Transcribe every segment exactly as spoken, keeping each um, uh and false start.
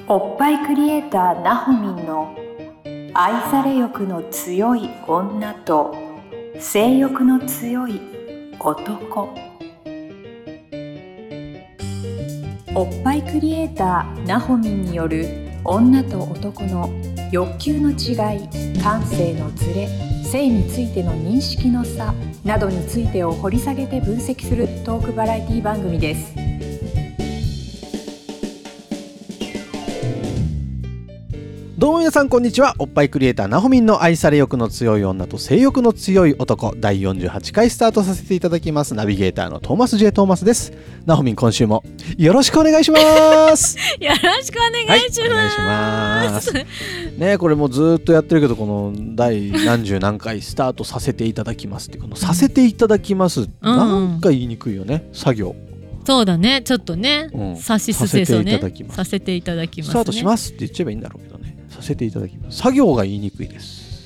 おっぱいクリエイターなほみんの愛され欲の強い女と性欲の強い男。おっぱいクリエイターなほみんによる女と男の欲求の違い、感性のズレ、性についての認識の差などについてを掘り下げて分析するトークバラエティ番組です。 どうも皆さんこんにちは。おっぱいクリエイターなほみんの愛され欲の強い女と性欲の強い男だいよんじゅうはちかいスタートさせていただきます。ナビゲーターのトーマス J トーマスです。なほみん、今週もよろしくお願いしますよろしくお願いします、はい、お願いしますね。これもうずっとやってるけど、この第何十何回スタートさせていただきますって、このさせていただきます、うん、なんか言いにくいよね、作業。 そうだね、ちょっとね、うん、さしすせそね、させていただきますね。 スタートしますって言っちゃえばいいんだろうけどね。させていただきます。作業が言いにくいです。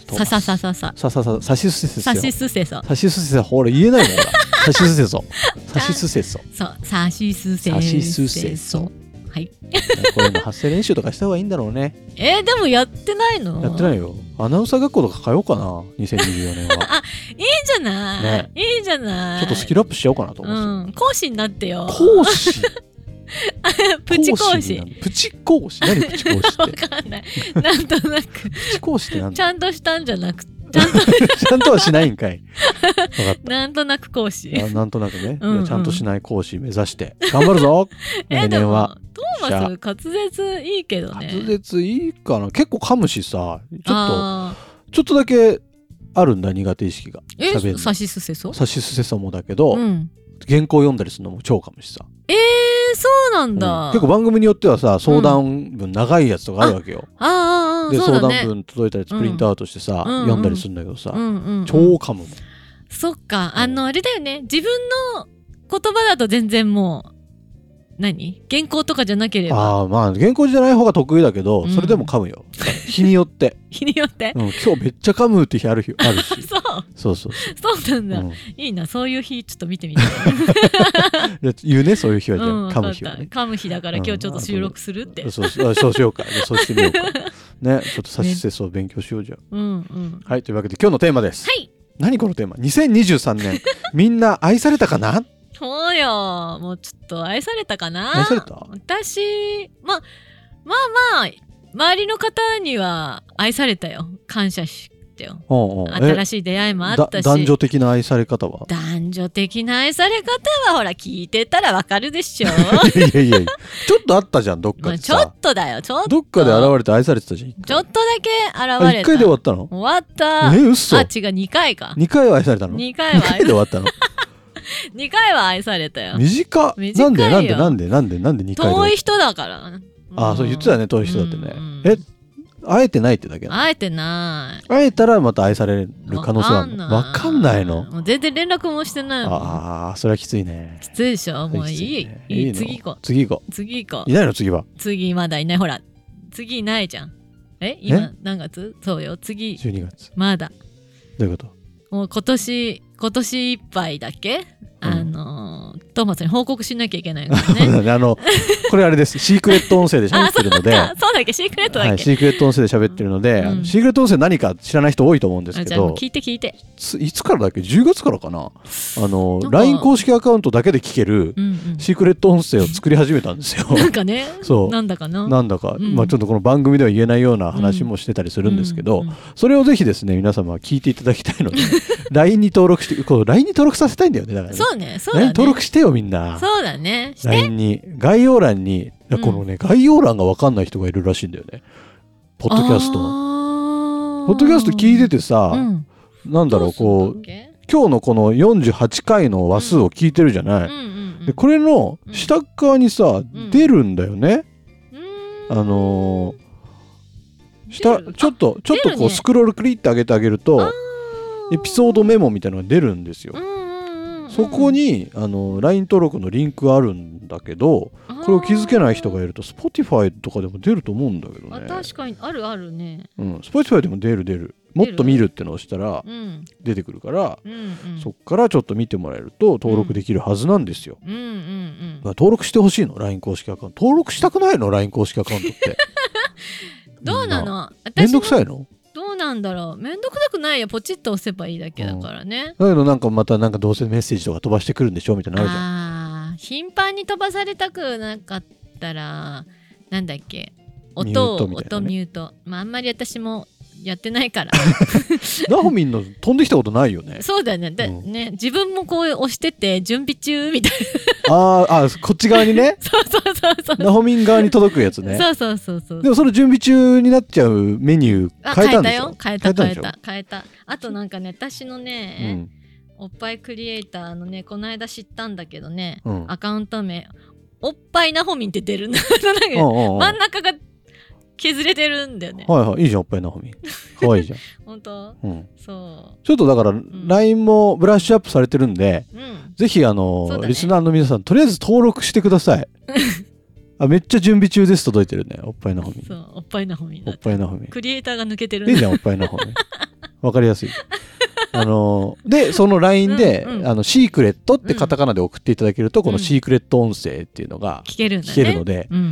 さささささささささしすせそ。 さしすせそ。 さしすせそ。ほら言えないもん。さしすせそ。さしすせそ。 そう。さしすせそ。 さしすせそ。 はい。 こういうの発声練習とかした方がいいんだろうね。 えー、でもやってないの？ やってないよ。アナウンサー学校とか通おうかな。にせんにじゅうよねんは。 あ、いいんじゃない。ね、いいんじゃない。 ちょっとスキルアップしようかなと思って。 うん。講師になってよ。 講師。 プチ講師。 プチ講師。何プチ講師って。 わかんない。なんとなく。プチ講師って何？ ちゃんとしたんじゃなくて。ちゃんとちゃんとはしないんかい。分かった。 なんとなく講師。 なんとなくね、うんうん、ちゃんとしない講師目指して頑張るぞ。 えでもトーマス滑舌いいけどね。 滑舌いいかな。結構噛むしさ、ちょっとちょっとだけあるんだ、苦手意識が。 えさしすせそ。 さしすせそもだけど、うん、原稿読んだりするのも超噛むしさ。 えー、そうなんだ、 うん、結構番組によってはさ、相談文長いやつとかあるわけよ。 うん、ああ、 で、 そうだね、 相談文届いたやつプリントアウトしてさ、うん、読んだりするんだけどさ、うんうんうん、超噛むもん。 そっか、あのあれだよね、自分の言葉だと全然もう何原稿とかじゃなければ、 ああ、まあ原稿じゃない方が得意だけど、うん、それでも噛むよ。日によって日によって、 うん、今日めっちゃ噛むって日ある日あるし。 そうそうそうそうそうなんだ、うん、いいな、そういう日ちょっと見てみたい。 言うね、そういう日はじゃあ、 うん、 噛む日はね。 噛む日だから今日ちょっと収録するって、うん、 そうそうそうしようか。そうしてみようか。ね、ちょっとさしせそを勉強しようじゃん、うんうん、はい、というわけで今日のテーマです。 はい。 何このテーマ。にせんにじゅうさんねんみんな愛されたかな。 そうよ、もうちょっと愛されたかな。 愛された。 私まあまあまあ周りの方には愛されたよ。感謝してよ。おうおう、新しい出会いもあったし。 男女的な愛され方は。 男女的な愛され方はほら聞いてたらわかるでしょ。いやいやいや、ちょっとあったじゃん、どっかでさ。 まあ、ちょっとだよ、ちょっと。 どっかで現れて愛されてたじゃん。 ちょっとだけ現れた。 いっかいで終わったの？ 終わった。 え、嘘。 あ、違う、にかいか。 にかいは愛されたの？ にかいは愛された。 にかいで終わったの？ にかいは愛されたよ。 短っ。なんでなんでなんでなんでなんでにかいで。 遠い人だから。 ああ、そう言ってたね、遠い人だってね。え、会えてないってだけなの？ 会えてない。 会えたらまた愛される可能性はあるの？わかんないの？ もう全然連絡もしてないもん。 ああ、それはきついね。 きついでしょ。もういい、ね、いい、いい次行こう。 次行こう。 次行こう。 いないの次は？ 次まだいない。ほら、次いないじゃん。え、今何月？そうよ、次。 じゅうにがつ。 まだ。 どういうこと？ もう今年今年いっぱいだっけ？うん、あのトーマスに報告しなきゃいけないからね。 あのこれあれです。シークレット音声で喋ってるので。 あ、そうだっけ、シークレットだっけ、はい、 シークレット音声で喋ってるので、うん、シークレット音声何か知らない人多いと思うんですけど。 じゃあもう聞いて聞いて。 いつからだっけ？じゅうがつからかな。あの ライン 公式アカウントだけで聞けるシークレット音声を作り始めたんですよ。 なんかね。 そう。 なんだかな。 なんだか、うん、まあちょっとこの番組では言えないような話もしてたりするんですけど、うんうんうん、それをぜひですね皆様聞いていただきたいので、ライン に登録して、こう ライン に登録させたいんだよね。だからね。 そうね、そうだね。 登録してよみんな。 そうだね。して。 ライン に概要欄に、うん、このね概要欄が分かんない人がいるらしいんだよね。ポッドキャストの。ポッドキャスト聞いててさ、うん、なんだろう、こう今日のこのよんじゅうはちかいの話数を聞いてるじゃない。うんうんうんうん、でこれの下側にさ、うん、出るんだよね。うん、あのー、下ちょっとちょっとこう、ね、スクロールクリッて上げてあげるとエピソードメモみたいなのが出るんですよ。そこにあの ライン 登録のリンクがあるんだけど、これを気づけない人がいると Spotify とかでも出ると思うんだけどね。 あ、確かにあるあるね。 うん、Spotify でも出る出る。もっと見るってのを押したら出てくるから、うんうんうん、そっからちょっと見てもらえると登録できるはずなんですよ。うんうんうんうん、登録してほしいの ライン 公式アカウント。登録したくないの ライン 公式アカウントって。 どうなの？ めんどくさいの？ どうなんだろう。めんどくさくないよ。ポチッと押せばいいだけだからね。 うん、だけどなんかまたなんかどうせメッセージとか飛ばしてくるんでしょみたいなのあるじゃん。 ああ、頻繁に飛ばされたくなかったらなんだっけ、音をミュートみたいなね、音ミュート。まああんまり私もやってないから。 ナホミンの飛んできたことないよね。 そうだね。だ、うん、ね、自分もこう押してて準備中みたいな。ああ、こっち側にね。 そうそうそうそう。 ナホミン側に届くやつね。 そうそうそうそう。 でもその準備中になっちゃうメニュー変えたんでしょ？ 変えたよ。変えた変えた変えた。あとなんかね、私のね、うん、おっぱいクリエイターのね、この間知ったんだけどね、うん、アカウント名おっぱいナホミンって出るんだ。真ん中が削れてるんだよね。 はいはい、いいじゃん、おっぱいナホミン。かわいいじゃん。 本当、 うん、 そう。 ちょっとだから、うん、ライン もブラッシュアップされてるんで、うん、ぜひあの、ね、リスナーの皆さんとりあえず登録してください。あ、めっちゃ準備中です届いてるね、おっぱいナホミン。 そう、おっぱいナホミン。 おっぱいナホミン。 クリエイターが抜けてるんだ。 いいじゃん、おっぱいナホミン。わかりやすい。あのでその ライン で、うんうん、あのシークレットってカタカナで送っていただけると、うん、このシークレット音声っていうのが聞けるので、うんうん、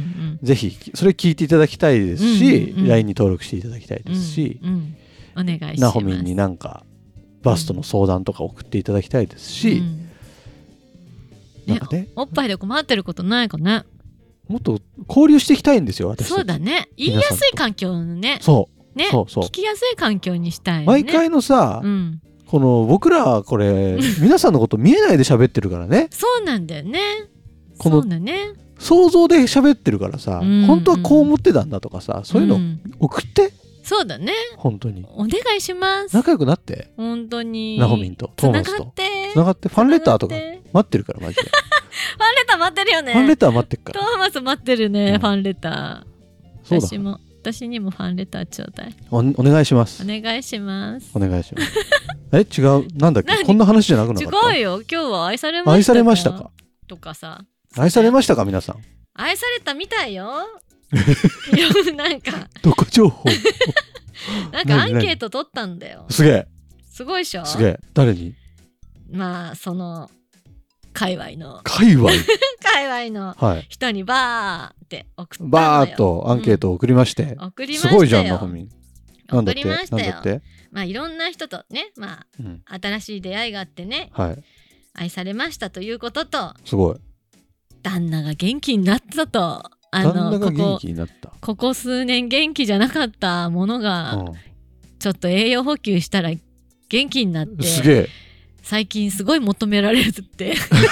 ぜひそれ聞いていただきたいですし、うんうん、ライン に登録していただきたいですし、 うんうん、お願いします。 ナホミンになんかバストの相談とか送っていただきたいですし、 うん、なんかね、おっぱいで困ってることないかね。 もっと交流していきたいんですよ、私たち。 そうだね、言いやすい環境のね、 そうね、 そうそう、 聞きやすい環境にしたいよね。 毎回のさ、うん、この僕らこれ皆さんのこと見えないで喋ってるからね。 そうなんだよね。 このそうだね、 想像で喋ってるからさ、うんうん、本当はこう思ってたんだとかさ、そういうの送って、うん、 そうだね、 本当にお願いします。 仲良くなって、 本当にナホミンとトーマスとつながって、ファンレターとか待ってるからマジで。ファンレター待ってるよね。 ファンレター待ってるから。 トーマス待ってるね、うん、ファンレター。 そうだ、 私も私にもファンレターちょうだい。 お, お願いします。 お願いしますお願いします。え、違う、なんだっけ、こんな話じゃなくなかった？ 違うよ、今日は愛されましたか、 愛されましたかとかさ、 愛されましたか皆さん。 愛されたみたいよ。なんかどこ情報なんかアンケート取ったんだよ。 すげえ、 すごいでしょ。 すげえ、誰に？ まあその界隈の界隈界隈の人にバーって送ったのよ。 バーっとアンケートを送りまして、うん、 送りましたよ。 すごいじゃん、ナホミン。 送りましたよ。まあいろんな人とね、まあ、うん、新しい出会いがあってね、はい、愛されましたということと、 すごい、 旦那が元気になったと、あの旦那が元気になった、 ここ、ここ数年元気じゃなかったものが、うん、ちょっと栄養補給したら元気になって、 すげえ、 最近すごい求められるって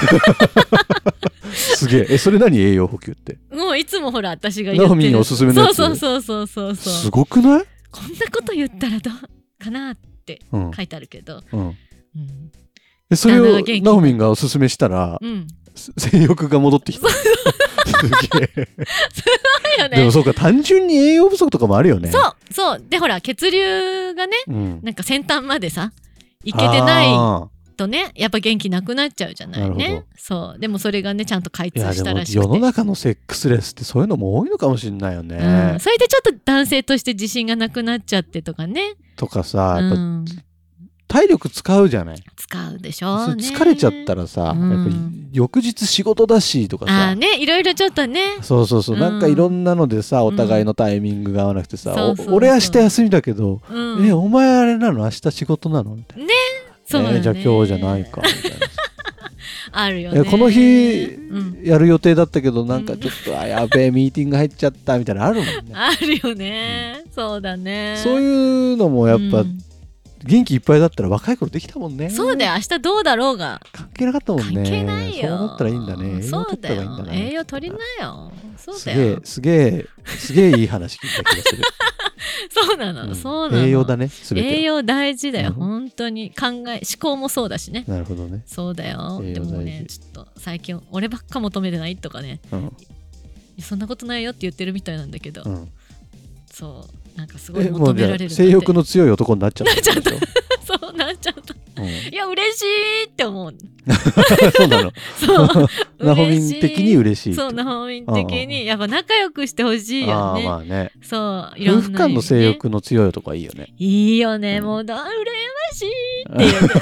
すげえ。え、それ何、栄養補給って？ もういつもほら私が言ってるナホミンにおすすめのやつ。 そうそうそうそうそう、 すごくない？ こんなこと言ったらどうかなって書いてあるけど、うんうんうん、 え、それをナホミンがおすすめしたら、うん、性欲が戻ってきた。すげえ。すごいよね。でもそうか、単純に栄養不足とかもあるよね。 そうそう。でほら血流がね、うん、なんか先端までさいけてないとね、やっぱ元気なくなっちゃうじゃないね。そうでもそれがねちゃんと開通したらしくて、 世の中のセックスレスってそういうのも多いのかもしれないよね、 うん、それでちょっと男性として自信がなくなっちゃってとかね、 とかさ、やっぱ、うん、体力使うじゃない。 使うでしょうね。 疲れちゃったらさ、うん、やっぱり翌日仕事だしとかさ、 あね、いろいろちょっとね、 そうそうそう、うん、なんかいろんなのでさ、お互いのタイミングが合わなくてさ、うん、俺明日休みだけど、うん、えお前あれなの、明日仕事なのみたいなね。そうだね、えー、じゃあ今日じゃないかみたいなあるよね。 この日やる予定だったけど、なんかちょっと、うん、あやべえミーティング入っちゃったみたいなのあるもんね。 あるよね、うん、そうだね。 そういうのもやっぱ、うん、元気いっぱいだったら若い頃できたもんね。 そうだよ、明日どうだろうが関係なかったもんね。 関係ないよ。 そうなったらいいんだね。栄養取ったらいいんだね。 栄養取りなよ。そうだよ。 すげえすげえすげえいい話聞いた気がする。 そうなの、うん、そうなの。 栄養だね、すべて。 栄養大事だよ、うん、本当に考え思考もそうだしね。 なるほどね。 そうだよ。でもね、ちょっと最近俺ばっか求めてないとかね、うん、そんなことないよって言ってるみたいなんだけど、うん、そうなんかすごい求められるんだって。 性欲の強い男になっちゃった。なっちゃった。 そうなっちゃった。うん、いや嬉しいって思う。 そうなの。 そうナホミン的に嬉しい。 そう、ナホミン的にやっぱ仲良くしてほしいよね。 あまあね。 そう、 いろんな、ね、夫婦間の性欲の強いとかいいよね。 いいよね、うん、もうだ羨ましいっていう、ね。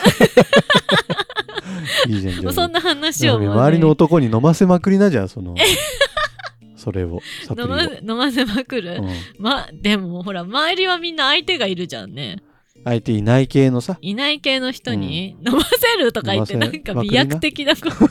いいじゃんじゃん。そんな話を、ね、 周りの男に飲ませまくりなじゃん、そのそれをサプリを飲ま、飲ませまくる、うん、までもほら周りはみんな相手がいるじゃんね。 相手いない系のさいない系の人に飲ませるとか言って、なんか美薬的なこと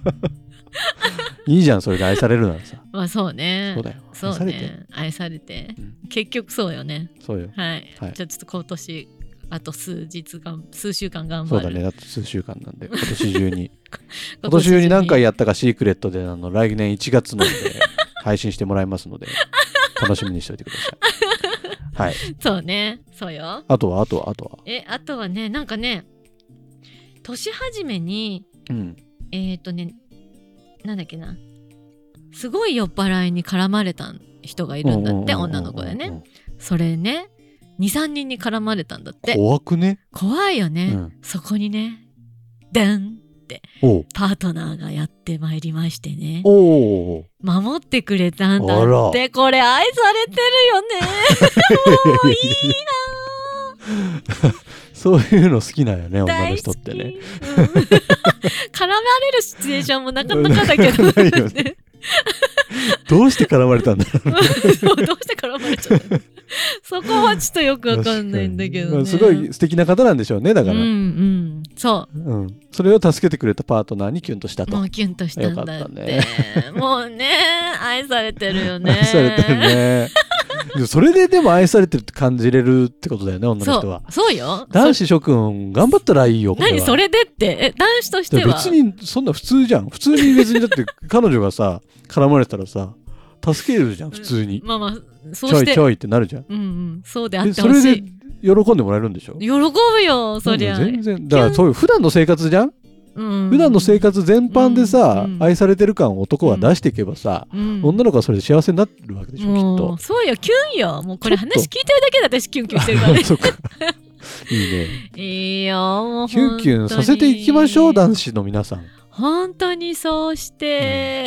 いいじゃんそれで愛されるならさ。 まあそうね。 そうだよ。 そうね。愛されて、うん、結局そうよね。 そうよ。 はい。はい、じゃあちょっと今年あと数日が数週間頑張る。 そうだね。あと数週間なんで今年中に今年中に何回やったかシークレットであの来年いちがつので配信してもらいますので楽しみにしておいてください。はい。 そうね。そうよ。 あとはあとはあとは。 えあとはねなんかね年始めに、うん、えっ、ー、とねなんだっけなすごい酔っ払いに絡まれた人がいるんだって、女の子でね。それね にさんにんに絡まれたんだって。 怖くね。 怖いよね、うん、そこにねダンってパートナーがやってまいりましてね、お守ってくれたんだって。これ愛されてるよねもういいなそういうの好きなんよね女の人ってね、うん、 絡まれるシチュエーションもなかなかだけどないよねどうして絡まれたんだろう、ね、 どうして絡まれちゃったのそこはちょっとよくわかんないんだけどね、まあ、 すごい素敵な方なんでしょうねだから、うんうん、そう、うん、 それを助けてくれたパートナーにキュンとしたと。 もうキュンとしたんだって。よかったねもうね愛されてるよね愛されてるねそれででも愛されてるって感じれるってことだよね女の人は。 そう、そうよ。 男子諸君頑張ったらいいよ。これは何それでってえ男子としては別にそんな普通じゃん。普通に別にだって彼女がさ絡まれたらさ助けるじゃん普通に、 うん、まあまあそうしてちょいちょいってなるじゃん、 うんうん、そうであってほしい。 それで喜んでもらえるんでしょ。 喜ぶよそりゃ。 全然だからそういう普段の生活じゃん、うん、普段の生活全般でさ、うん、愛されてる感を男は出していけばさ、うん、女の子はそれで幸せになるわけでしょ、うん、きっと。 そうよキュンよ。もうこれ話聞いてるだけで私キュンキュンしてるからねいいねいいよもうキュンキュンさせていきましょう男子の皆さん。 本当にそうして、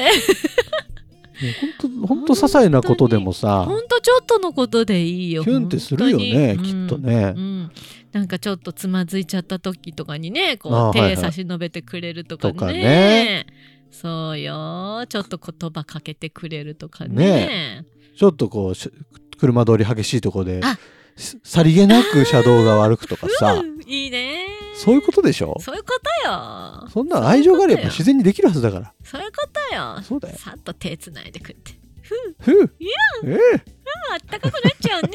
うん、ほんと些細なことでもさほんとちょっとのことでいいよ。 キュンってするよね、きっとね、 うんうん、なんかちょっとつまずいちゃった時とかにねこう手差し伸べてくれるとか ね,、はいはい、ねそうよちょっと言葉かけてくれるとか ね, ねちょっとこう車通り激しいとこでさりげなく車道が歩くとかさ、 うん、いいねそういうことでしょ。 そういうことよ。 そんな愛情があれば自然にできるはずだから。 そういうことよ。 そうだよ。 さっと手つないでくってふうふういやえー、 あったかくなっちゃうね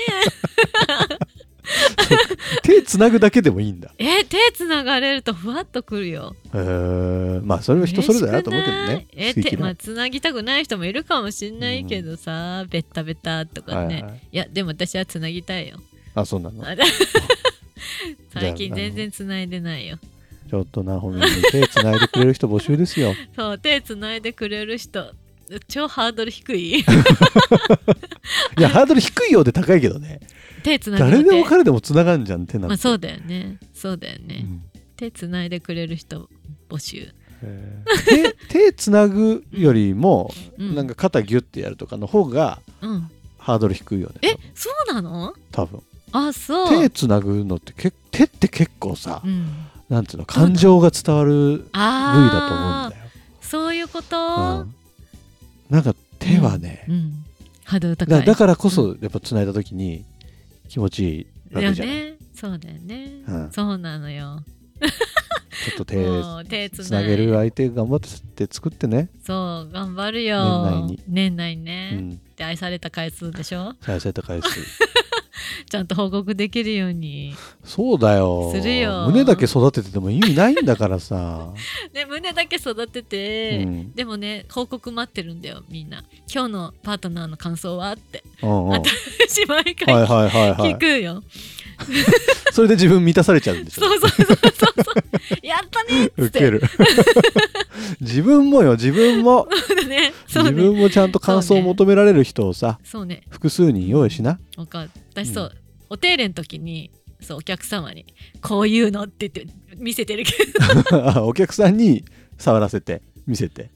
手つなぐだけでもいいんだ。 えー、手つながれるとふわっとくるよ。 へえまあそれは人それぞれだと思うけどね。 えー、手まあつなぎたくない人もいるかもしんないけどさ、うん、ベッタベタとかね、はいはい、いやでも私はつなぎたいよ。 あそうなの最近全然つないでないよ。 ちょっとなほみに手つないでくれる人募集ですよそう手つないでくれる人超ハードル低いいやハードル低いようで高いけどね。 手つなぐ誰でも彼でもつながんじゃん手なんて、 まあ、そうだよねそうだよね、うん、手つないでくれる人募集。 手, 手つなぐよりも、うん、なんか肩ギュッてやるとかの方が、うん、ハードル低いよね。 えそうなの。 多分あそう手つなぐのってけ手って結構さ、うん、なんていうの感情が伝わる部位だと思うんだよ。 そういうこと、 うん、なんか手はね、うんうん、 ハードル高いだ, だからこそやっぱつないだ時に気持ちいいわけじゃない。 ね、そうだよね、うん、そうなのよちょっと 手, 手つなげる相手頑張って作ってね。 そう頑張るよ年内に年内にね、うん、で愛された回数でしょ。 愛された回数ちゃんと報告できるように。 そうだよするよ。 胸だけ育ててても意味ないんだからさね、胸だけ育てて、うん、でもね報告待ってるんだよみんな。今日のパートナーの感想はって、うんうん、私毎回聞くよ、はいはいはいはいそれで自分満たされちゃうんでしょ。 そうそうそうそうそうやったねっつって。ウケる自分もよ自分もそうねそうね、 自分もちゃんと感想を求められる人をさ、 そうね、 複数人用意しな。 分かる。私そう、うん、お手入れの時にそうお客様にこういうのって言って見せてるけどお客さんに触らせて見せて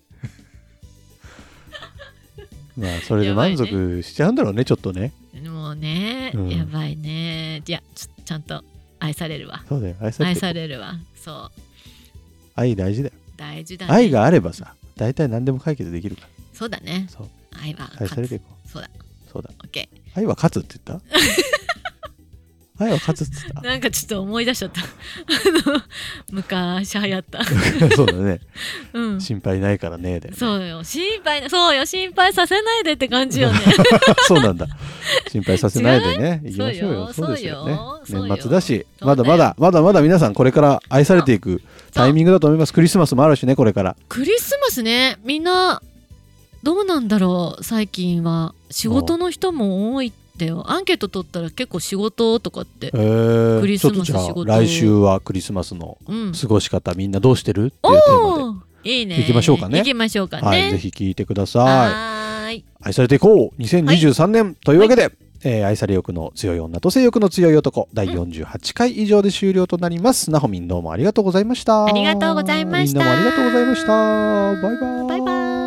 まあそれで満足しちゃうんだろうねちょっとね。 もうね、うん、やばいね。いや ち, ちゃんと愛されるわ。 そうだよ愛され, 愛されるわ。そう愛大事だよ。 大事だね。 愛があればさ大体何でも解決できるから。 そうだね。 そう愛は愛されていこう。そうだそうだ。 オッケー。 愛は勝つって言った愛は勝つって言った。 なんかちょっと思い出しちゃったあの昔流行ったそうだね、 うん、 心配ないからねで、ね、 そうよ心配そうよ心配させないでって感じよねそうなんだ、心配させないでねいきましょうよ。そうですよね、年末だし、まだまだまだまだ皆さんこれから愛されていくタイミングだと思います。クリスマスもあるしね、これからクリスマスね。みんなどうなんだろう。最近は仕事の人も多いってよ。アンケート取ったら結構仕事とかって、 えー、 クリスマス仕事。 ちょっとじゃあ来週はクリスマスの過ごし方、うん、みんなどうしてるっていうテーマでいいね、 行きましょうかね。 行きましょうかね、 はい、ぜひ聞いてください。 はい、 愛されていこうにせんにじゅうさんねん、はい、というわけで、はい、えー、愛され欲の強い女と性欲の強い男だいよんじゅうはちかい以上で終了となります。なほみんどうもありがとうございました。 ありがとうございました。 みんなもありがとうございました。バイバイバイバイ。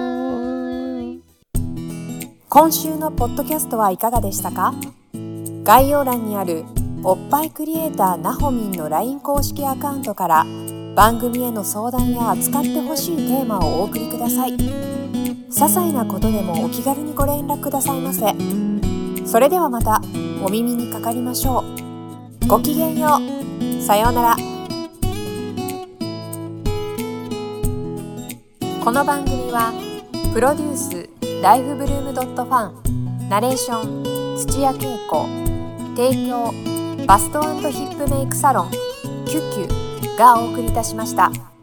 今週のポッドキャストはいかがでしたか？概要欄にあるおっぱいクリエイターなほみんの ライン 公式アカウントから番組への相談や扱ってほしいテーマをお送りください。些細なことでもお気軽にご連絡くださいませ。それではまたお耳にかかりましょう。ごきげんよう。さようなら。この番組はプロデュースライフブルームドットファン、ナレーション土屋恵子、提供バスト&ヒップメイクサロンキュッキュがお送りいたしました。